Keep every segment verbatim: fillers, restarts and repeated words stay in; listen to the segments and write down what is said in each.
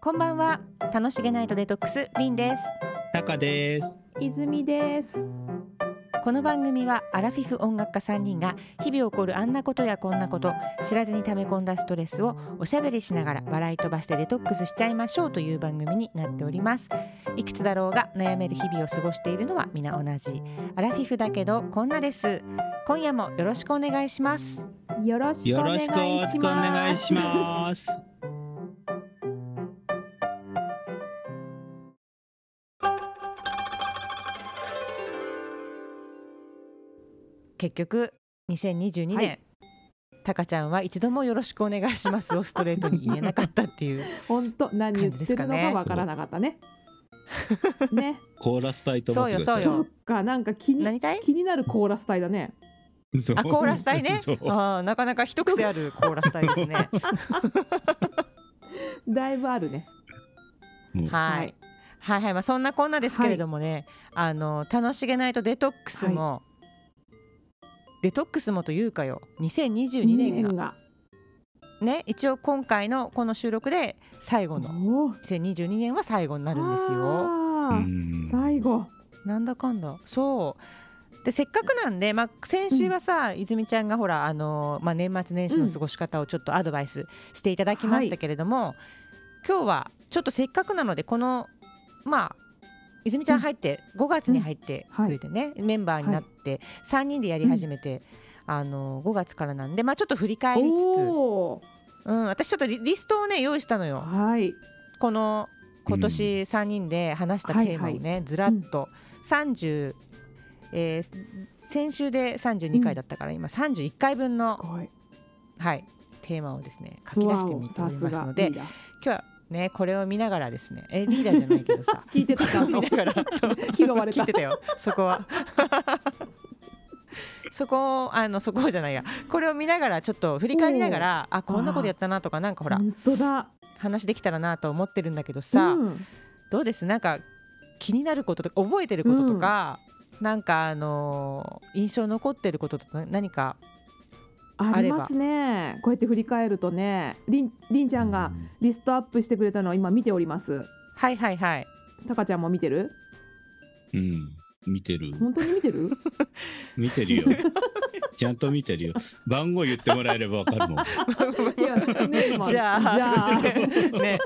こんばんは。楽しげナイトデトックスリンです。 タカです。 泉です。 この番組はアラフィフ音楽家さんにんが日々起こるあんなことやこんなこと、知らずに溜め込んだストレスをおしゃべりしながら笑い飛ばしてデトックスしちゃいましょうという番組になっております。いくつだろうが悩める日々を過ごしているのは皆同じアラフィフだけどこんなです。今夜もよろしくお願いします。 よろしくお願いします。 よろしくお願いします。 結局にせんにじゅうにねん、はい、タカちゃんは一度もよろしくお願いしますをストレートに言えなかったっていう本当何言ってるのかわからなかったね。ね。 コーラス隊と思ってください。 そうよそうよ。 そっか、なんか気に何隊気になるコーラス隊だね。 あ、コーラス隊ね。あ、なかなか一癖あるコーラス隊ですね。 だいぶあるね。 はい、はい、はいはい、まあそんなこんなですけれどもね、はい、あの楽しげないとデトックスも、はい、デトックスもというかよ、にせんにじゅうにねんがね、一応今回のこの収録で最後のにせんにじゅうにねんは最後になるんですよ。 最後なんだかんだ。そうで、せっかくなんで、まあ、先週はさ、うん、泉ちゃんがほらあの、まあ、年末年始の過ごし方をちょっとアドバイスしていただきましたけれども、うん、はい、今日はちょっとせっかくなのでこのまあ泉ちゃん入って、うん、ごがつに入ってくれてね、うん、はい、メンバーになってさんにんでやり始めて、うん、あのごがつからなんで、まあ、ちょっと振り返りつつ、うん、私ちょっと リ, リストをね用意したのよ、 はい、 この今年さんにんで話したテーマをね、はいはい、ずらっとさんじゅう、えー、先週でさんじゅうにかいだったから、うん、今さんじゅういっかいぶんの、はい、テーマをですね書き出してみておりますので、今日はね、これを見ながらですね、えリーダーじゃないけどさ聞いてたか見ながら拾われた聞いてたよ、そこはそこあのそこじゃないや、これを見ながらちょっと振り返りながら、あこんなことやったなとか、なんかほら本当だ話できたらなと思ってるんだけどさ、うん、どうです、なんか気になることとか覚えてることとか、うん、なんかあの印象残ってることとか何かありますね。こうやって振り返るとね、りん、りんちゃんがリストアップしてくれたのを今見ております。 はいはいはい。 タカちゃんも見てる？ うん、見てる。 本当に見てる？ 見てるよ。ちゃんと見てるよ。番号言ってもらえればわかるもん。いや、 ね、まあ、じゃあ、じゃあね。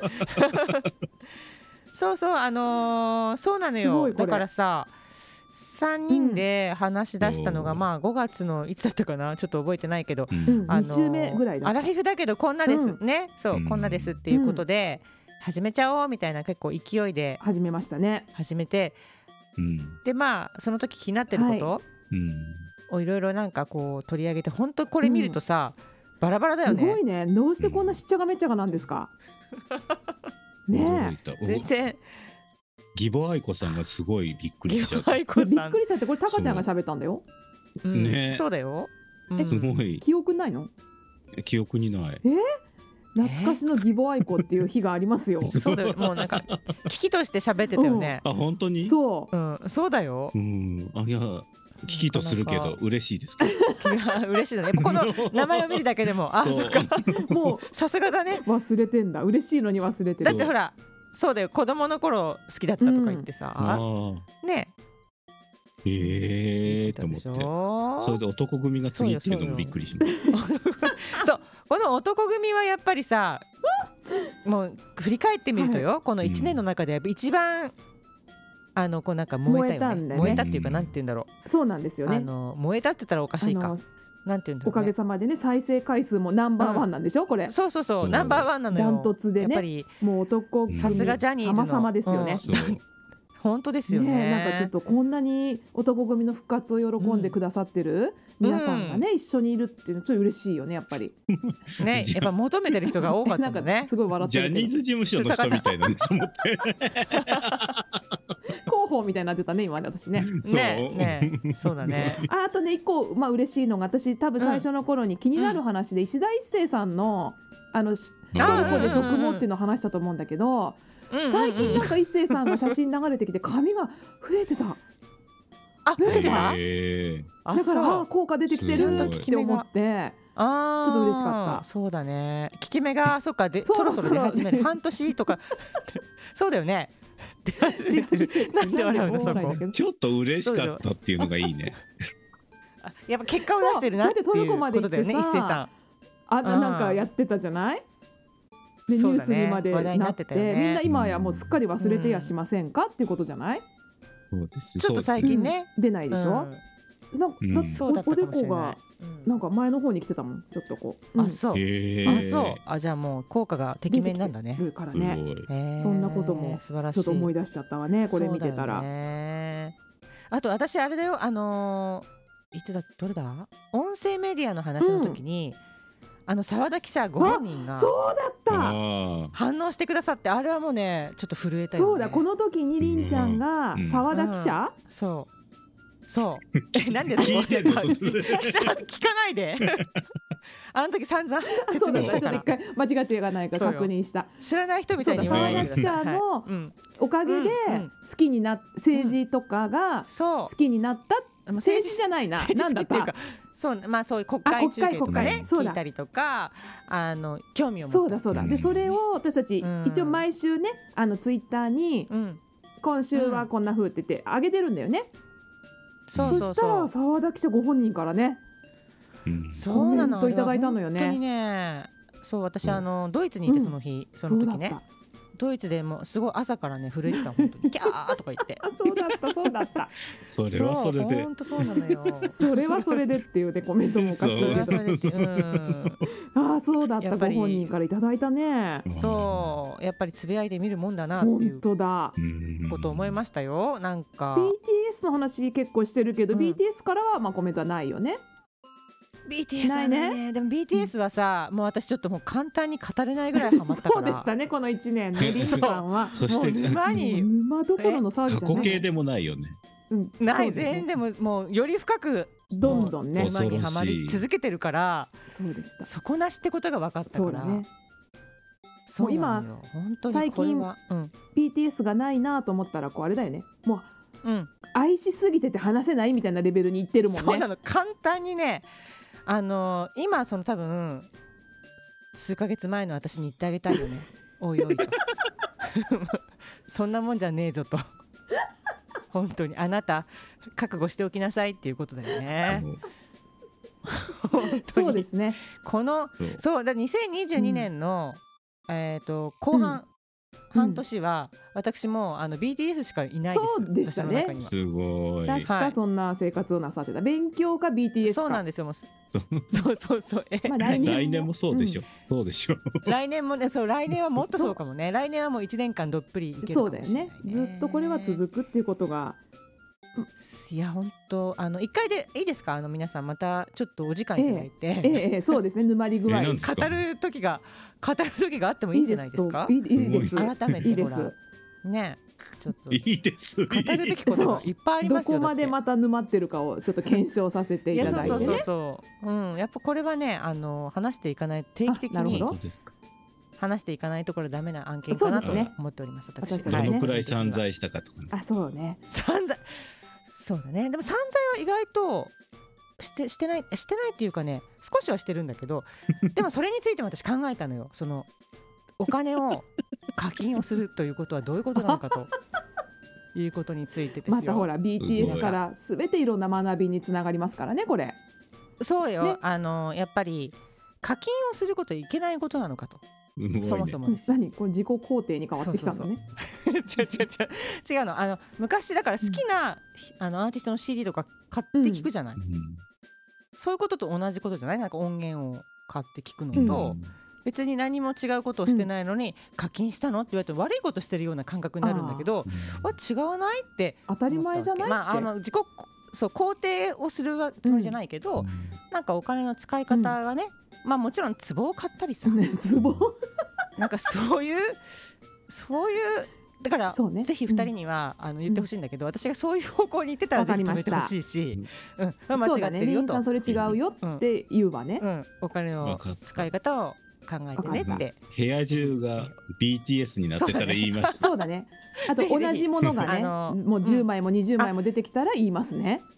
そうそう、あのー、そうなのよ。だからさ、さんにんで話し出したのが、うん、まあごがつのいつだったかな、ちょっと覚えてないけど、うん、あのー、に週目ぐらいだった。アラフィフだけどこんなです、うん、ね、そう、うん、こんなですっていうことで、うん、始めちゃおうみたいな結構勢いで始めましたね。 始めて、うん、でまあその時気になってること、はい、をいろいろなんかこう取り上げて、本当これ見るとさ、うん、バラバラだよね。 すごいね。どうしてこんなしっちゃがめっちゃがなんですか。ねえ、 全然。 義母愛子さんがすごいびっくりしちゃった。 びっくりしたって、これタカちゃんが喋ったんだよ。 そう、うんね、そうだよ、 うん、すごい。記憶ないの？ 記憶にない。 えー、懐かしの義母愛子っていう日がありますよ。 そうだよ、もうなんか危機として喋ってたよね。 うん、あ本当に？ そう、 うん、そうだよ。 うん、あいや危機とするけど嬉しいですけど。 嬉しいだね。この名前を見るだけでもあそっか、もうさすがだね。 忘れてんだ。嬉しいのに忘れてる。 だってほらそうだよ、子供の頃好きだったとか言ってさ、うん、ねええー、と思って、それで男組が次っていうのもびっくりしました。 そう、この男組はやっぱりさもう振り返ってみるとよ、はい、このいちねんの中で一番、うん、あのこうなんか燃えたよね。燃えたんだよね。燃えたっていうか、なんて言うんだろう、 そうなんですよね。 あの燃えたって言ったらおかしいか、なんていうんだろうね、 おかげさまでね、再生回数もナンバーワンなんでしょ、うん、これ。 そうそうそう、ナンバーワンなのよ。 ダントツでね、やっぱりもう男組さすがジャニーズの様々ですよね。 うん、本当ですよ ね, ね。なんかちょっとこんなに男組の復活を喜んでくださってる皆さんがね、うん、一緒にいるっていうのちょっと嬉しいよね、やっぱり。 ね、やっぱ求めてる人が多かったんだね。 なんかすごい笑ってるけど。 ジャニーズ事務所の人みたいだねと思って。 広報みたいになってたね今ね、私ね。 ねね、そうだね。 あ, あとね一個、まあ嬉しいのが、私多分最初の頃に気になる話で、うん、石田一生さんのあのどこで食後っていうのを話したと思うんだけど、最近なんか一生さんが写真流れてきて髪が増えてた。 あ、増えてた。 だからあ効果出てきてるって思って、 あちょっと嬉しかったそうだね効き目がそっかでそろそろそろそろ出始める半年とかそうだよね出始めてるなんで笑うのそこちょっと嬉しかったっていうのがいいねあやっぱ結果を出してるなっていうことだよね一星さんあなんかやってたじゃないで、ニュースにまでなって、 なってたよね、 みんな今はもうすっかり忘れてやしませんか、うん、っていうことじゃないそうですちょっと最近ね、 うん、出ないでしょ、うん、なうん、 だってそうだったかもしれないおでこがなんか前の方に来てたもんちょっとこう、 うん、あそう、 えー、 あそうあじゃあもう効果がてきめんなんだね出てきてるからね、 えー、 そんなこともちょっと思い出しちゃったわねこれ見てたら、 ね、あと私あれだよあのー、言ってたどれだ音声メディアの話の時に、うん、あの澤田記者ご本人がそうだった反応してくださってあれはもうねちょっと震えたよねそうだこの時にりんちゃんが澤田記者、 うん、そうそうえなんでそこ聞かないであの時散々説明したからちょっと一回間違ってがないか確認した知らない人みたいに言わないでください澤田記者のおかげで好きになっ政治とかが好きになった政治じゃないななんだったそうまあそういう国会中継とかね聞いたりとかあの興味を持ったそうだそうだでそれを私たち一応毎週ねあのツイッターに今週はこんな風って言ってあげてるんだよねそうそうそうそしたら澤田記者ご本人からね、 うん、そうなのコメントいただいたのよね本当にねそう私あのドイツにいてその日、うん、その時ねドイツでもすごい朝からね震えてた本当にキャーとか言ってそうだったそうだったそれはそれで本当そうなのよそれはそれでっていうねコメントもおかしいけどそれはそれで、うん、 ああそうだったご本人からいただいたねそうやっぱりつぶやいてみるもんだなっていう本当だことを思いましたよなんかビーティーエス の話結構してるけど、うん、ビーティーエス からはまあコメントはないよねビーティーエス はね、ねでも ビーティーエス はさ、うん、もう私ちょっともう簡単に語れないぐらいハマったからそうでしたねこのいちねんねリンさんはそしてもう沼に沼どころの騒ぎじゃない過去形でもないよね、 うん、 ない、ね、全然もう、もうより深くどんどんね沼にはまり続けてるからそうでした底なしってことが分かったからそうだねそうなのよ本当に最近、うん、ビーティーエス がないなと思ったらこうあれだよねもう、うん、愛しすぎてて話せないみたいなレベルにいってるもんねそうなの簡単にねあのー、今その多分数ヶ月前の私に言ってあげたいよねおいおいとそんなもんじゃねえぞと本当にあなた覚悟しておきなさいっていうことだよね本当にそうですねこのそうだにせんにじゅうにねんの、うんえー、と後半、うん半年は私もあの ビーティーエス しかいないです。 そうでしたね。 すごい。 確かそんな生活をなさってた。勉強か ビーティーエス か。 そうなんですよ。もうそうそうそうえ、 まあ、来, 年来年もそうでしょ。うん、そうでしょ。 来年もね、そう来年はもっとそうかもね。来年はもういちねんかんどっぷりいけるかもしれない、ね。 そうだよね。ずっとこれは続くっていうことが。 いや本当あの一回でいいですかあの皆さんまたちょっとお時間いただいて、ええええ、そうですね沼り具合語る時が語る時があってもいいんじゃないですか。 いいです改めていいですほらねちょっといいです語るべきことがいっぱいありますよ。 どこまでまた沼ってるかをちょっと検証させていただいてね。 そうそうそうそう、うん、やっぱこれはねあの話していかない定期的に話していかないところダメな案件かなと思っております。 そうですね、私どのくらい散財したかとか、ね、 あそうね散財そうだね。でも散財は意外としてしてないしてないっていうかね少しはしてるんだけどでもそれについても私考えたのよ。そのお金を課金をするということはどういうことなのかということについてですよ。 またほら ビーティーエス からすべていろんな学びにつながりますからねこれ。 そうよ、 ね、 あのやっぱり課金をすることはいけないことなのかと。 ね、 そもそもです。 何これ自己肯定に変わってきたのね。 違う違う違う違うのあの昔だから好きな、うん、あのアーティストの シーディー とか買って聞くじゃない、うん、そういうことと同じことじゃない。なんか音源を買って聞くのと、うん、別に何も違うことをしてないのに、うん、課金したのって言われて悪いことしてるような感覚になるんだけどあ違わないって当たり前じゃないって、 まあ、あの自己そう肯定をするつもりじゃないけど、うん、なんかお金の使い方がね、うん、まあもちろん壺を買ったりさ、 ね、壺なんかそういうそういうだから、ね、ぜひふたりには、うん、あの言ってほしいんだけど、私がそういう方向に行ってたらぜひ止めてほしいし、うん、間違ってるよと。 そうだね、それ違うよって言うわね、 うんうん、お金の使い方を考えてねって。 部屋中が ビーティーエス になってたら言います。 そうだね。あと同じものがねもうじゅうまいもにじゅうまいも出てきたら言いますね。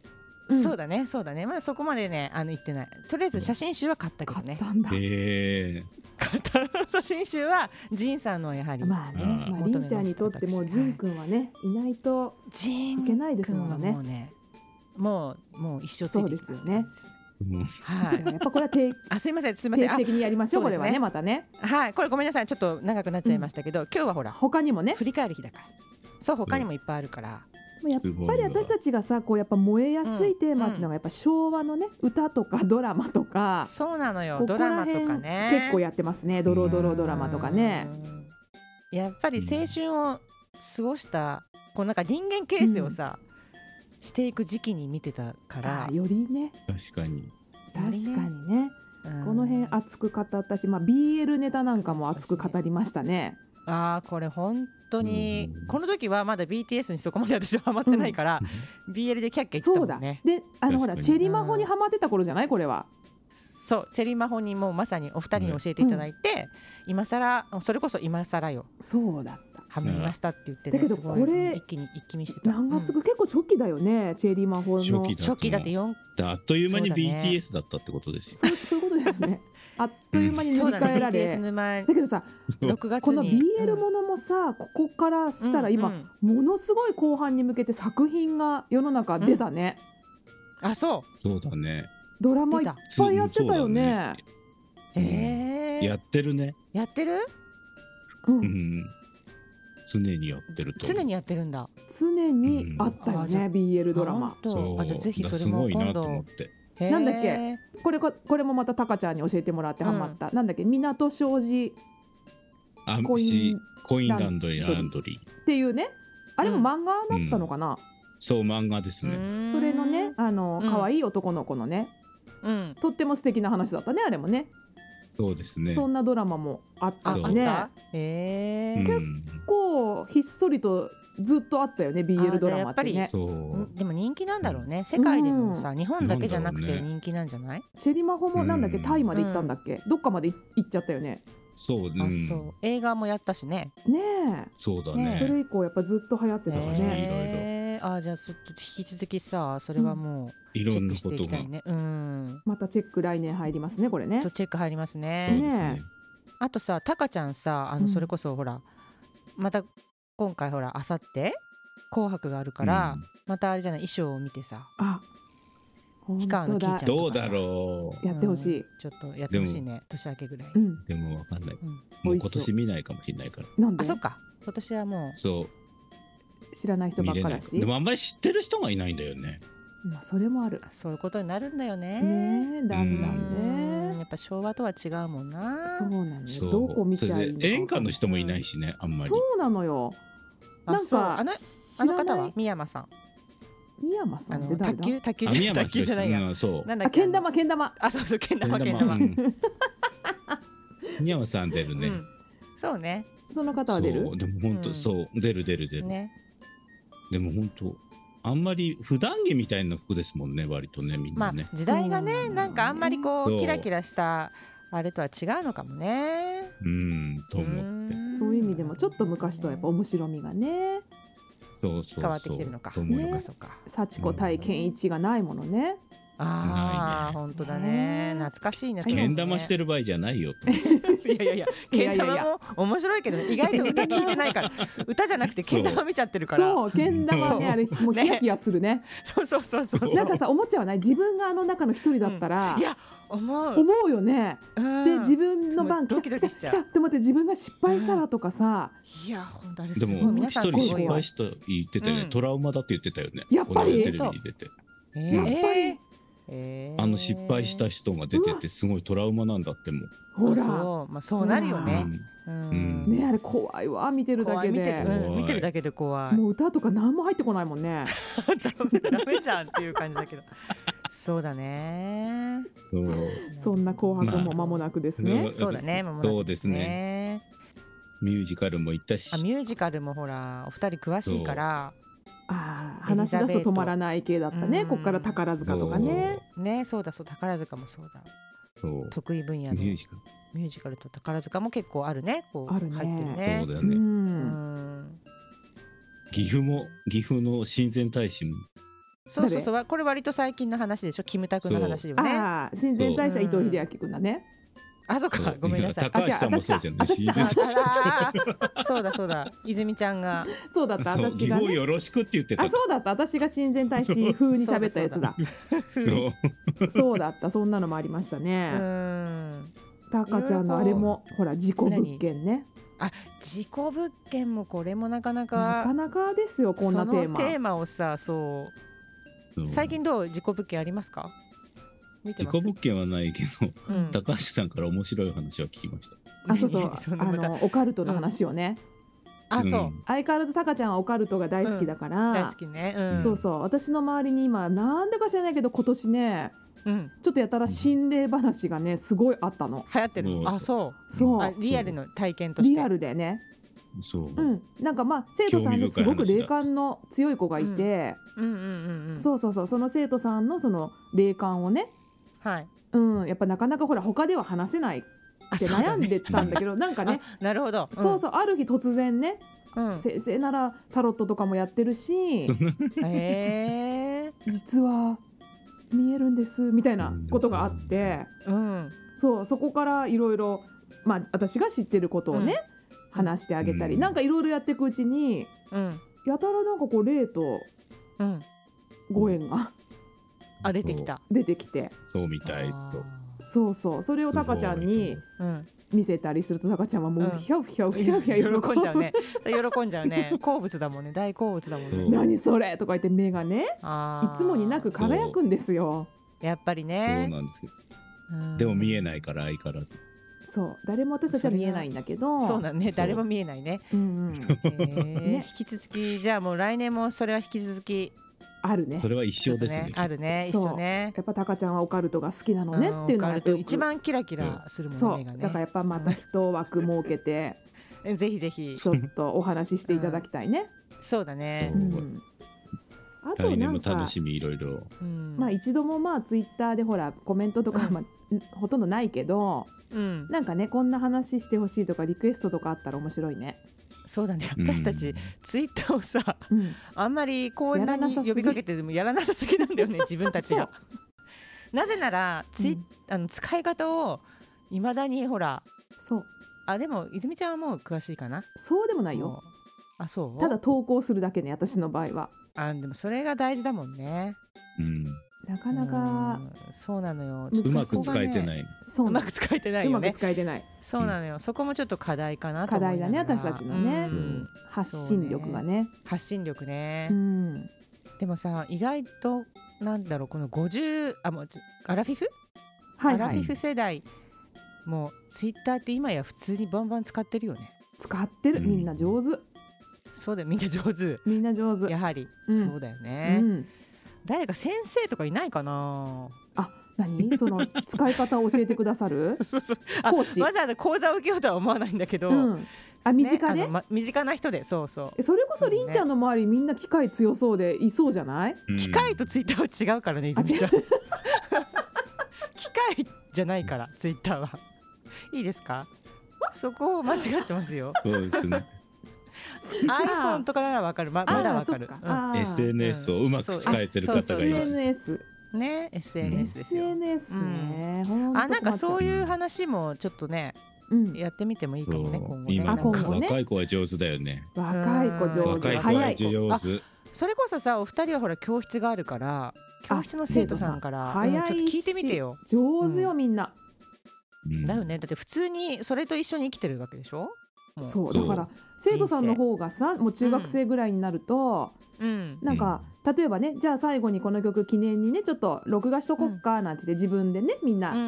うんそうだねそうだねまだそこまでねあの言ってない。とりあえず写真集は買ったけどね。 買ったんだ。 へえ。 買った写真集はジンさんのやはり、 まあね、 うんまあ、りんちゃんにとってもジンくんはねいないとジンいけないですもんね君はもうねもうもう一生ついてきます。 そうですよね。 うんはいじゃあやっぱこれは定あすいませんすいませんあ定期的にやりましょう。これそうですねはねまたね。 はいこれごめんなさいちょっと長くなっちゃいましたけど、今日はほら他にもね、 振り返る日だからそう他にもいっぱいあるから、 もうやっすごいわぱり私たちがさこうやっぱ燃えやすいテーマっていうのがやっぱ昭和のね歌とかドラマとかそうなのよここドラマら辺とかね結構やってますね。ドロドロドラマとかね。 うんやっぱり青春を過ごしたこうなんか人間形成をさ、していく時期に見てたからあよりね確かに。 確かにね、 うんこの辺熱く語ったし、まあ、ビーエル ネタなんかも熱く語りましたね。 あーこれ本当にうんこの時はまだ ビーティーエス にそこまで私はハマってないから、ビーエル でキャッキャ言ってそうだたもんね。 であのほら確かにチェリマホにハマってた頃じゃないこれは。 そうチェリーマホにもうまさにお二人に教えていただいて、今更それこそ今更よそうだった。 ハマりましたって言ってね、 だけどすごいこれ一気に一気見してた。 何月、 うん結構初期だよねチェリマホの。 初期だ初期だってよんあっという間にそうだねビーティーエス だったってことですよ。 そうそういうことですね。あっという間に塗りそうだね替えられ、 ビーティーエス 沼だけどさろくがつにこの ビーエル ものもさ、ここからしたら今、 うんうんものすごい後半に向けて作品が世の中出たね、 あそうそうだね。 ドラマいっぱいやってたよね。 うんえー、 やってるね。 やってるう、 うんん。常にやってると。 常にやってるんだ。 常にあったようんあじゃね、 ビーエル ドラあマ。 本当そうあじゃあぜひそれすもごいなと今度思って。 へーなんだっけこれここれもまたタカちゃんに教えてもらってハマった、なんだっけ港庄司あコインしコインランドリーランドリーランドリー。 っていうね、あれも漫画だったのかな、 そう漫画ですうね。 ーんそれのねあのうん可愛い男の子のね、 うんとっても素敵な話だったねあれもね。 そうですね。 そんなドラマもあったあしね。 あったへえうん結構ひっそりとずっとあったよね ビーエル ドラマってね。 そう。 でも人気なんだろうね世界でもさ、日本だけじゃなくてなんだろうね人気なんじゃない？ チェリマホもなんだっけ、 うんタイまで行ったんだっけ、どっかまで行っちゃったよね。 そう、う、 あそうん映画もやったしね。 ねえ、 そうだね。 それ以降やっぱずっと流行ってたわね。 ねあじゃあちょっと引き続きさそれはもういろんなチェックしてことが。 いきたいね。うんまたチェック来年入りますねこれねそう。チェック入りますそうね。 ですね。 あとさタカちゃんさあうんのそれこそほら、また今回ほらあさって紅白があるから、またあれじゃない衣装を見てさあ、本氷川の当だキーちゃん。 どうだろやってほしい。 うんちょっとやってほしいね年明けぐらい、 うん、 う。でもわかんない。 うんもう今年見ないかもしれないから。 なんであそっか今年はもそう知らない人ば見れない。 っかだし。 でもあんまり知ってる人がいないんだよね。 まあそれもある。 うそういうことになるんだよね。 ねえ、だんだうんね。 やっぱ昭和とは違うもんな。 そうなのよ。 そう。 どこ見ちゃいいのかそれで演歌の人もいないしね、あんまり。 そうなのよ。 あなんかそうあのあ知らないの方は三山さん宮山さあのんって誰だ？ 卓球卓球あ、宮じゃない卓山です。 球じゃないや、 うん、そう。 あ、 なんだっけけん玉けん玉。 あそうそうけん玉けんう玉、 ん宮山さん出るね。 うんそうねその方は出るそう。でも本当、 うんそう出る出る出る。 ねでも本当あんまり普段着みたいな服ですもんね、割とね、みんまあなね。 時代がねそうなのよねなんかあんまりこそううキラキラしたあれとは違うのかもね。 うん、と思って。 そういう意味でもちょっと昔とはやっぱ面白みがね。 そうそうそう。 変わってきてるのか。 と思いそうます。 かそうか。 幸子対健一がないものね。 ああないね本当だねね懐かしいね。 けん玉してる。 る場合じゃないよと。 いやいやいやけんいやいやいや玉も面白いけどね意外と歌聞いてないから歌じゃなくてけん玉見ちゃってるから。 そう、けん玉そうね、あれもうヒヤヒヤするね。 そうそうそうそう。 なんかさ思っちゃわない？自分があの中の一人だったらいや思う。 思うよね。 うんで自分の番ドキドキしちゃう来た来たでもって自分が失敗したらとかさ、 いや本当あれですごいも一皆さん人失すごいわ敗した言っててね、 うんトラウマだって言ってたよね。 やっぱりこの間テレビに出て。 えやっぱりーえーあの失敗した人が出ててすごいトラウマなんだってもう。 ほらそうまあそうなるよね。うんうんね、あれ怖いわ見てるだけ怖い見てる、 で。 うん、見てるだけで怖い。 もう歌とか何も入ってこないもんね。 ダメダメじゃんっていう感じだけど。そうだね。 そうそんな紅白も間もなくですね。 まあそうだね。間もなくそうですね。ミュージカルも行ったしあ、ミュージカルもほらお二人詳しいからああ、話し出すと止まらない系だったね。 うんこっから宝塚とかね。 ね、そうだそう宝塚もそうだ。 そう得意分野のミュージカルミュージカルと宝塚も結構あるね。こうあるね入ってるね。 う。 そうだよね。 うんん。 岐阜も岐阜の親善大使もそうそうそうこれ割と最近の話でしょキムタクの話よね。 ああ親善大使伊藤英明君だね。 あそうかごめんなさい。 高橋さんもそうじゃないしそうだそうだ泉ちゃんがそうだった私が、ね、 義母よろしくって言ってた。 あそうだった私が親善大使風に喋ったやつだ。そうそうだったそんなのもありましたね。うんタカちゃんのあれもほら事故物件ね。 あ事故物件もこれもなかなかなかなかですよこんなテーマ。 そのテーマをさそう最近どう事故物件ありますか。 事故物件はないけど、うん、高橋さんから面白い話を聞きました。 あそうそうあのオカルトの話をね、 うん、あそう、 うん、相変わらずタカちゃんはオカルトが大好きだから、 うん、大好きね、うん、 そうそう私の周りに今なんでか知らないけど今年ね、うん、ちょっとやたら心霊話がねすごいあったの。 流行ってる。あそうそうあリアルの体験としてリアルでね。 そう、 うん、なんかまあ生徒さんですごく霊感の強い子がいて、そうそうそうその生徒さんのその霊感をね、はいうん、やっぱなかなかほら他では話せないって悩んでたんだけど、ね、なんかねなるほど、 うん、そうそうある日突然ね、うん、先生ならタロットとかもやってるしへ実は見えるんですみたいなことがあって、うん、そうそこからいろいろまあ私が知ってることをね、うん話してあげたり、うん、なんかいろいろやっていくうちに、うん、やたらなんかこう霊とご縁が、 あ出てきた出てきてそうみたいそうそうそうそれをタカちゃんに見せたりするとタカちゃんはもうヒャフヒャフヒャフヒャ喜んじゃうね喜んじゃうね好物だもんね大好物だもんね何それとか言って目がねいつもになく輝くんですよやっぱりねそうなんですけど、うん、でも見えないから相変わらずそう誰も私たちは見えないんだけどそうだね誰も見えないね、うんうんえーね、引き続きじゃあもう来年もそれは引き続きあるねそれは一生ですねあるね一緒ねやっぱタカちゃんはオカルトが好きなのねっていうのが一番キラキラするもの、ね、 そうだからやっぱまた一枠設けてぜひぜひちょっとお話ししていただきたいね、 うん、そうだね、うん、 あとなんか来年も楽しみいろいろ、 うん、まあ一度もまあツイッターでほらコメントとか、まあ、ほとんどないけど、うん、なんかねこんな話してほしいとかリクエストとかあったら面白いね。 そうだね私たち、うん、ツイッターをさ、うん、あんまりこんなに呼びかけてでもやらなさすぎなんだよね自分たちがなぜならツイ、うん、あの使い方をいまだにほらそうあでも泉ちゃんはもう詳しいかな。 そうでもないよ。 あそうただ投稿するだけね私の場合は。 あでもそれが大事だもんね。 うんなかなかそうなのようまく使えてない、ね、 そううまく使えてないよねうまく使えてないそうなのよ、うん、そこもちょっと課題かなと課題だね私たちのね、うん、発信力が ね, ね発信力ね、うん、でもさ意外となんだろうこのごじゅうあもうアラフィフ、はいはい、アラフィフ世代もうツイッターって今や普通にバンバン使ってるよね。 使ってるみんな上手、うん、 そうだよみんな上手みんな上手やはり、うん、そうだよね、うん誰か先生とかいないかなあ、何その使い方を教えてくださるそうそう講師わざわざ講座を受けようとは思わないんだけど、うん、 あ身近ね、 ま、身近な人でそうそうそれこそりんちゃんの周りみんな機械強そうでいそうじゃない、 うん、機械とツイッターは違うからね泉ちゃん機械じゃないからツイッターはいいですかそこを間違ってますよそうですね iPhone とかならわかる ま, まだわかる、 うん、エスエヌエス をうまく使えてる方がいます、 うん、エスエヌエスね エスエヌエス ですよエスエヌエス ね、 うん、あなんかそういう話もちょっとね、うん、やってみてもいいかもね今後ね今今後ね若い子は上手だよね若い子上手若い子は上手それこそさお二人はほら教室があるから教室の生徒さんからちょっと聞いてみてよ上手よみんな、 うん、だよねだって普通にそれと一緒に生きてるわけでしょそうだから生徒さんの方がさもう中学生ぐらいになると、うん、なんか例えばねじゃあ最後にこの曲記念にねちょっと録画しとこっかなんて言って自分でねみんな、うん、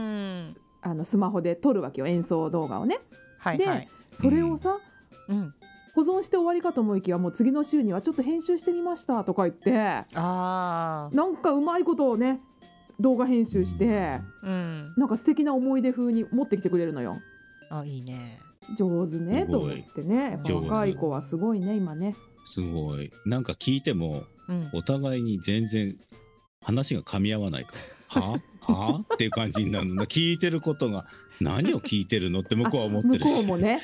あのスマホで撮るわけよ演奏動画をね、はいはい、でそれをさ、うん、保存して終わりかと思いきやもう次の週にはちょっと編集してみましたとか言ってあなんかうまいことをね動画編集して、うん、なんか素敵な思い出風に持ってきてくれるのよ。 あいいね上手ねと思ってねやっぱ若い子はすごいね今ねすごいなんか聞いても、うん、お互いに全然話が噛み合わないからははっていう感じになるの聞いてることが何を聞いてるのって向こうは思ってるし向こうもね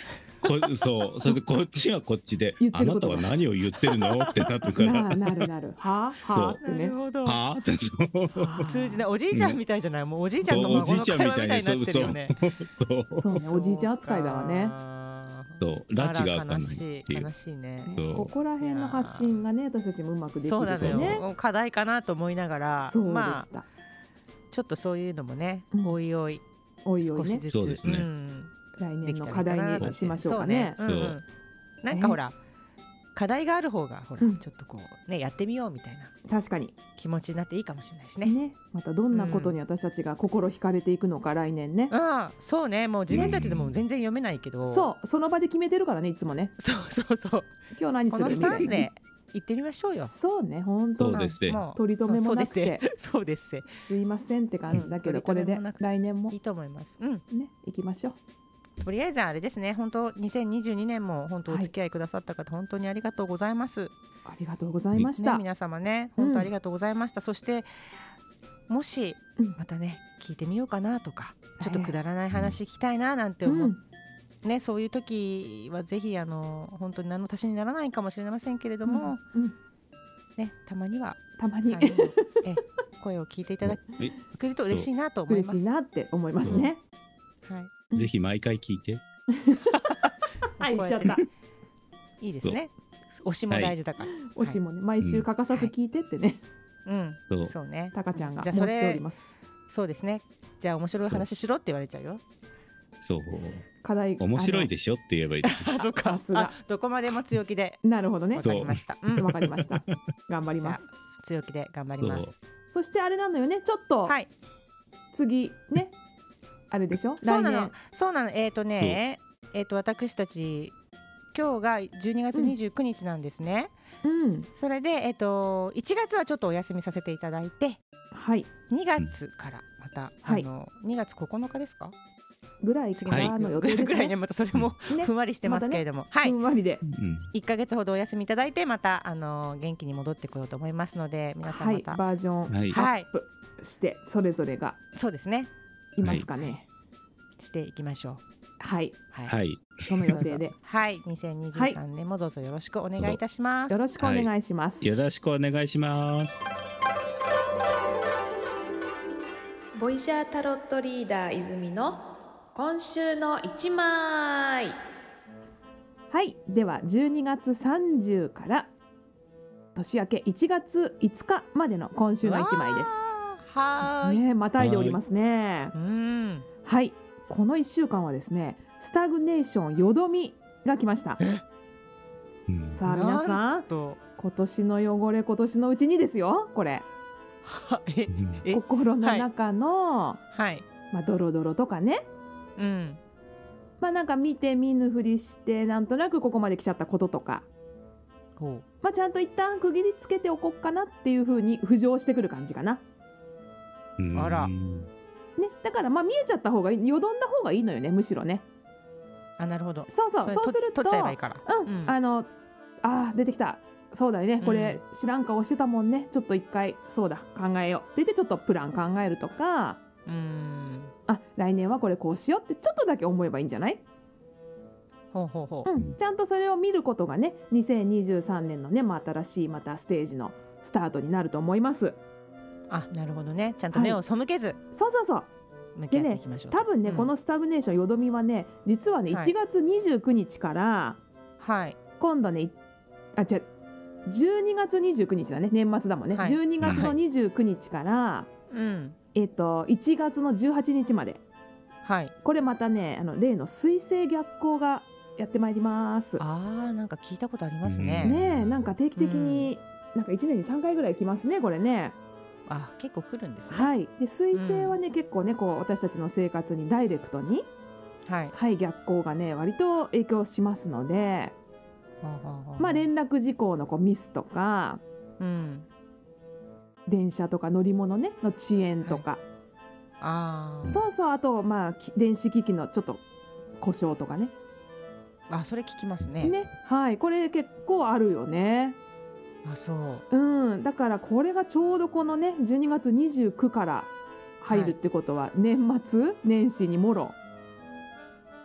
こそうそれでこっちはこっちであなたは何を言ってるのってなってからななるなるはあはあってねなるほど。 はあってそう通じないおじいちゃんみたいじゃない、もうおじいちゃんと孫の会話みたいになってるよね。 そうそうねおじいちゃん扱いだわね。 そう拉致が開かないっていう悲しいね。 そうここら辺の発信がね私たちもうまくできそうるなのとね。 よ。課題かなと思いながら、 そうでまあした。 ちょっとそういうのもね、 うんおいおいおいおいね少しずつ、 そうですねん来年のできたらいい課題かなとにしましょうかね。 そうね。うんうんなんかほら課題がある方がほら、 うんちょっとこうねやってみようみたいな確かに気持ちになっていいかもしれないしね。 ねまたどんなことに私たちが心惹かれていくのか来年ね。 ああそうね、もう自分たちでも全然読めないけど、 そうその場で決めてるからねいつもね。 そうそうそう今日何すこのスるみたいな。 タンスで行ってみましょうよ。 そうね本当そうですねもう取り留めもなくてそうですねすいませんって感じだけど、 うんこれで取り留めもなく来年もいいと思います。うん、 ね行きましょう。 とりあえずあれですね、本当にせんにじゅうにねんも本当お付き合いくださった方、本当にありがとうございます。 ありがとうございました。 ね、皆様ねうん本当ありがとうございました。そしてもしうんまたね聞いてみようかなとか、ちょっとええくだらない話聞きたいななんて思う、 うんね、そういう時はぜひあの本当に何の足しにならないかもしれませんけれども、 うんうんね、たまにはたまにさんにんのえ声を聞いていただえけると嬉しいなと思います。 嬉しいなって思いますね。 はい、 ぜひ毎回聞いてはい言っちゃった。 いいですね。推しも大事だから。 推しもね毎週欠かさず聞いてってねうん、 そうそうね。 タカちゃんがじゃ申あそれしております。 そうですね。じゃあ面白い話しろって言われちゃうよ。 そう課題面白いでしょって言えばいいあ、そうか。 さすがあどこまでも強気で。 なるほどねわかりました。うん、 わかりました頑張りじゃあます。 強気で頑張りそうます。 そしてあれなのよねちょっとはい。 次ねあれでしょ来そうなの。そうなの。えっ、とね、えっ、と私たち今日がじゅうにがつにじゅうくにちなんですね。 年うんそれでえっ、といちがつはちょっとお休みさせていただいて、 はいにがつからまた、 はいあのにがつここのかですか？ ぐらいからの予定ですぐらいねね。 またそれもねふんわりしてますけれども、はいふ。んわりでうんいっかげつほどお休みいただいてまたあの元気に戻ってこようと思いますので皆さんはいまた、 バージョンはいアップしてそれぞれがそうですねいますかね。 していきましょう。 はいはい。 はいその予定ではい。にせんにじゅうさんねんもどうぞよろしくお願いいたします。 よろしくお願いします。 よろしくお願いしますボイシャータロットリーダー泉の今週の一枚。 はいではじゅうにがつさんじゅうから年明けいちがついつかまでの今週の一枚です。 わーはーい。 ねまたいでおりますね。 うん。 はいこのいっしゅうかんはですねスタグネーションよどみが来ました。 うんさあ皆さんと今年の汚れ今年のうちにですよこれはえうんえ心の中の、 はい。 まあ、ドロドロとかねうん。 まあなんか見て見ぬふりしてなんとなくここまで来ちゃったこととか、 ほまあ、ちゃんと一旦区切りつけておこうかなっていうふうに浮上してくる感じかな、 うんあらね、だからまあ見えちゃった方がいいよどんだ方がいいのよねむしろねう。あなるほど。 そうそうれそうすると取っちゃえばいいから。 うん、 うんあのあー出てきたそうだよねこれ知らん顔してたもんねちょっと一回そうだ考えようって言ってちょっとプラン考えるとかうん。 あ来年はこれこうしようってちょっとだけ思えばいいんじゃない、 ほうほうほう。 うん、ちゃんとそれを見ることがねにせんにじゅうさんねんのね、まあ、新しいまたステージのスタートになると思いますあなるほどね。ちゃんと目を背けずそうそうそう向き合っていきましょうと。 多分ね、 うんこのスタグネーションよどみはね実はねはいいちがつにじゅうくにちからはい。 今度ねいあ違うじゅうにがつにじゅうくにちだね年末だもんね、 はいじゅうにがつのにじゅうくにちから、 うん。 えっといちがつのじゅうはちにちまではい。 これまたねあの例の水星逆行がやってまいりますああなんか聞いたことありますね。 ねえなんか定期的に、なんかいちねんにさんかいぐらい来ますねこれねあ結構来るんですね。 はいで水星はね、結構ねこう私たちの生活にダイレクトに、 はい。 はい、逆行がね割と影響しますので、 ほうほうほうまあ、連絡事項のこうミスとかうん。 電車とか乗り物ねの遅延とか、 あーそうそうあとまあき電子機器のちょっと故障とかねあそれ聞きますね。 ねはいこれ結構あるよねあそう。 うんだからこれがちょうどこのねじゅうにがつにじゅうくから入るってことは年末年始にもろ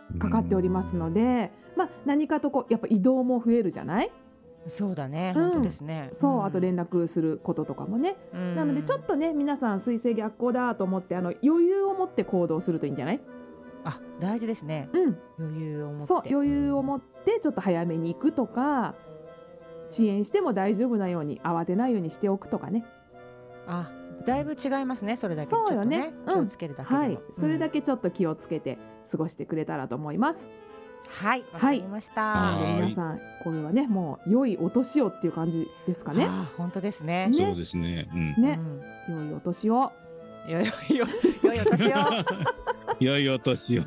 かかっておりますので、まあ、何かとこうやっぱ移動も増えるじゃない。 そうだね、 うん、 本当ですね。 そう、 ん、 あと連絡することとかもね、 うん、 なのでちょっとね皆さん水星逆行だと思ってあの余裕を持って行動するといいんじゃない。 あ、大事ですね、 うん、 余裕を持って。 そう、余裕を持ってちょっと早めに行くとか、遅延しても大丈夫なように慌てないようにしておくとかね。 あ、だいぶ違いますね、それだけ。 そうよね、 ちょっとね、気をつけるだけでも、 はい、それだけちょっと気をつけて過ごしてくれたらと思います。 はい、わかりました。 はい、 皆さんこれはねもう良いお年をっていう感じですかね。 あ、本当ですね。 そうですね。うん、 ね、うん、良いお年を。 よよよ良いお年を。 良いお年を。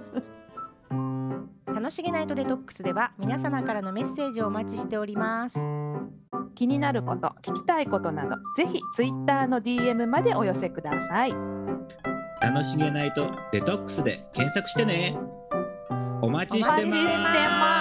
楽しげナイトデトックスでは皆様からのメッセージをお待ちしております。 気になること、聞きたいことなど、ぜひツイッターの ディーエム までお寄せください。 楽しげナイトデトックスで検索してね。お待ちしてます。